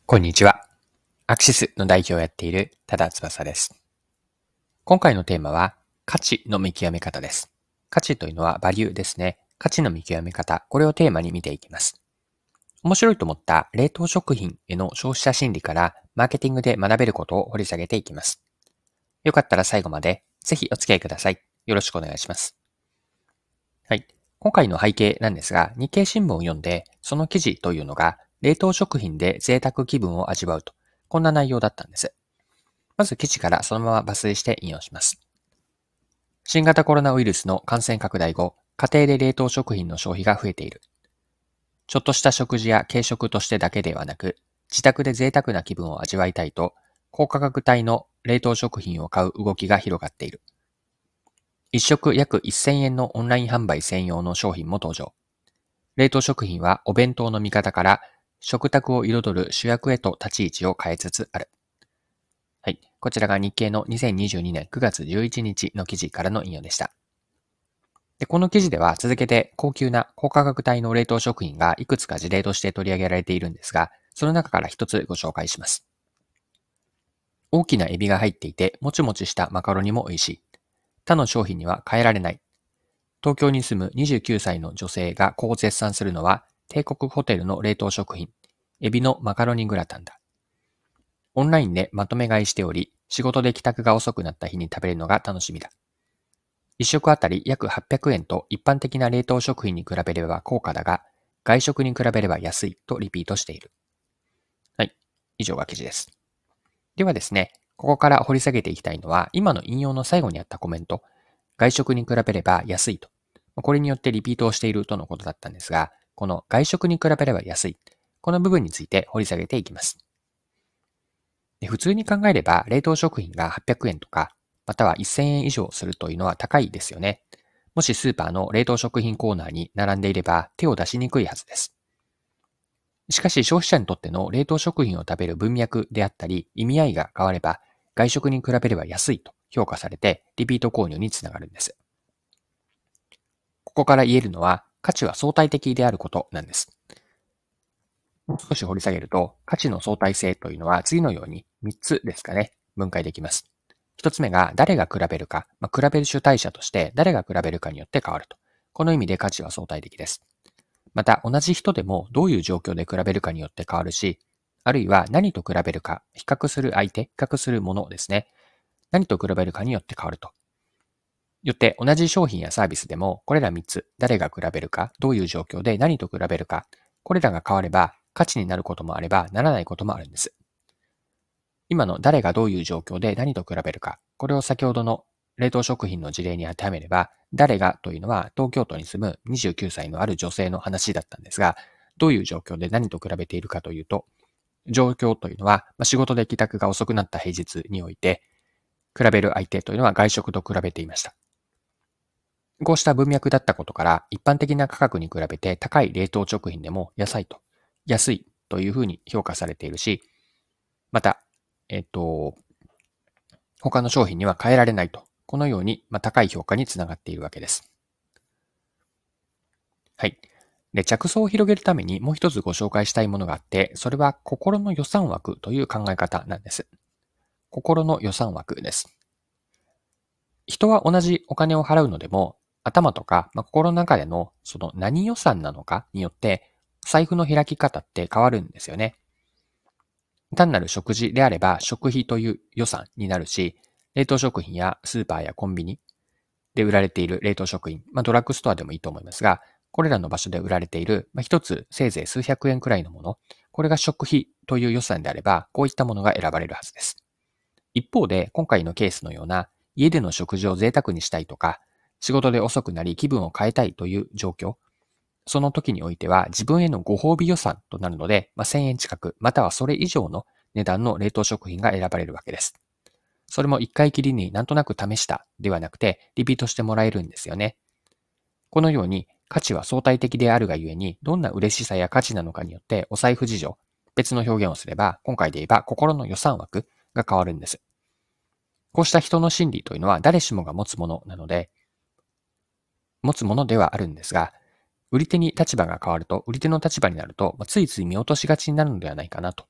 こんにちは。アクシスの代表をやっている多田翼です。今回のテーマは価値の見極め方です。価値というのはバリューですね。価値の見極め方、これをテーマに見ていきます。面白いと思った冷凍食品への消費者心理からマーケティングで学べることを掘り下げていきます。よかったら最後までぜひお付き合いください。よろしくお願いします。はい。今回の背景なんですが、日経新聞を読んで、その記事というのが冷凍食品で贅沢気分を味わうと、こんな内容だったんです。まず記事からそのまま抜粋して引用します。新型コロナウイルスの感染拡大後、家庭で冷凍食品の消費が増えている。ちょっとした食事や軽食としてだけではなく、自宅で贅沢な気分を味わいたいと、高価格帯の冷凍食品を買う動きが広がっている。一食約1000円のオンライン販売専用の商品も登場。冷凍食品はお弁当の見方から食卓を彩る主役へと立ち位置を変えつつある。はい。こちらが日経の2022年9月11日の記事からの引用でした。で、この記事では続けて高級な高価格帯の冷凍食品がいくつか事例として取り上げられているんですが、その中から一つご紹介します。大きなエビが入っていて、もちもちしたマカロニも美味しい。他の商品には変えられない。東京に住む29歳の女性がこう絶賛するのは、帝国ホテルの冷凍食品、エビのマカロニグラタンだ。オンラインでまとめ買いしており、仕事で帰宅が遅くなった日に食べるのが楽しみだ。一食あたり約800円と一般的な冷凍食品に比べれば高価だが、外食に比べれば安いとリピートしている。はい。以上が記事です。ではですね、ここから掘り下げていきたいのは、今の引用の最後にあったコメント、外食に比べれば安いと。これによってリピートをしているとのことだったんですが、この外食に比べれば安い。この部分について掘り下げていきます。で、普通に考えれば、冷凍食品が800円とか、または1000円以上するというのは高いですよね。もしスーパーの冷凍食品コーナーに並んでいれば手を出しにくいはずです。しかし消費者にとっての冷凍食品を食べる文脈であったり意味合いが変われば外食に比べれば安いと評価されてリピート購入につながるんです。ここから言えるのは価値は相対的であることなんです。もう少し掘り下げると価値の相対性というのは次のように3つですかね、分解できます。1つ目が誰が比べるか、比べる主体者として誰が比べるかによって変わると。この意味で価値は相対的です。また、同じ人でもどういう状況で比べるかによって変わるし、あるいは何と比べるか、比較する相手、比較するものですね。何と比べるかによって変わると。よって同じ商品やサービスでも、これら3つ、誰が比べるか、どういう状況で何と比べるか、これらが変われば価値になることもあればならないこともあるんです。今の誰がどういう状況で何と比べるか、これを先ほどの冷凍食品の事例に当てはめれば、誰がというのは東京都に住む29歳のある女性の話だったんですが、どういう状況で何と比べているかというと、状況というのは仕事で帰宅が遅くなった平日において、比べる相手というのは外食と比べていました。こうした文脈だったことから、一般的な価格に比べて高い冷凍食品でも安いというふうに評価されているし、また、他の商品には変えられないと。このように、高い評価につながっているわけです。はい。で、着想を広げるためにもう一つご紹介したいものがあって、それは心の予算枠という考え方なんです。心の予算枠です。人は同じお金を払うのでも、頭とか、心の中でのその何予算なのかによって、財布の開き方って変わるんですよね。単なる食事であれば食費という予算になるし、冷凍食品やスーパーやコンビニで売られている冷凍食品、ドラッグストアでもいいと思いますが、これらの場所で売られている、一つせいぜい数百円くらいのもの、これが食費という予算であれば、こういったものが選ばれるはずです。一方で、今回のケースのような、家での食事を贅沢にしたいとか、仕事で遅くなり気分を変えたいという状況、その時においては自分へのご褒美予算となるので、1000円近く、またはそれ以上の値段の冷凍食品が選ばれるわけです。それも一回きりになんとなく試したではなくて、リピートしてもらえるんですよね。このように価値は相対的であるがゆえに、どんな嬉しさや価値なのかによってお財布事情、別の表現をすれば、今回で言えば心の予算枠が変わるんです。こうした人の心理というのは誰しもが持つものなので、持つものではあるんですが、売り手に立場が変わると、売り手の立場になると、ついつい見落としがちになるのではないかなと。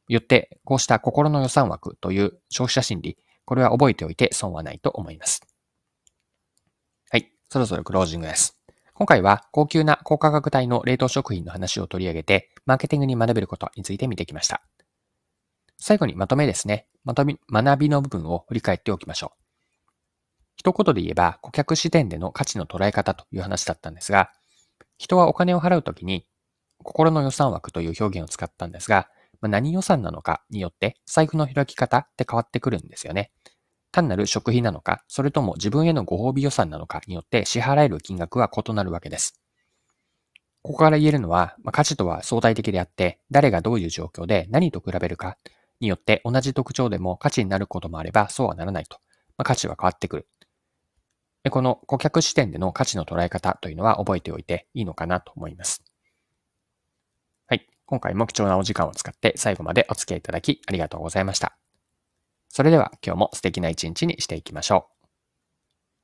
よって、こうした心の予算枠という消費者心理、これは覚えておいて損はないと思います。はい、そろそろクロージングです。今回は高級な高価格帯の冷凍食品の話を取り上げて、マーケティングに学べることについて見てきました。最後にまとめですね。学びの部分を振り返っておきましょう。一言で言えば、顧客視点での価値の捉え方という話だったんですが、人はお金を払うときに、心の予算枠という表現を使ったんですが、何予算なのかによって財布の開き方って変わってくるんですよね。単なる食費なのか、それとも自分へのご褒美予算なのかによって支払える金額は異なるわけです。ここから言えるのは、価値とは相対的であって、誰がどういう状況で何と比べるかによって同じ特徴でも価値になることもあればそうはならないと。価値は変わってくる。この顧客視点での価値の捉え方というのは覚えておいていいのかなと思います。はい。今回も貴重なお時間を使って最後までお付き合いいただきありがとうございました。それでは今日も素敵な一日にしていきましょう。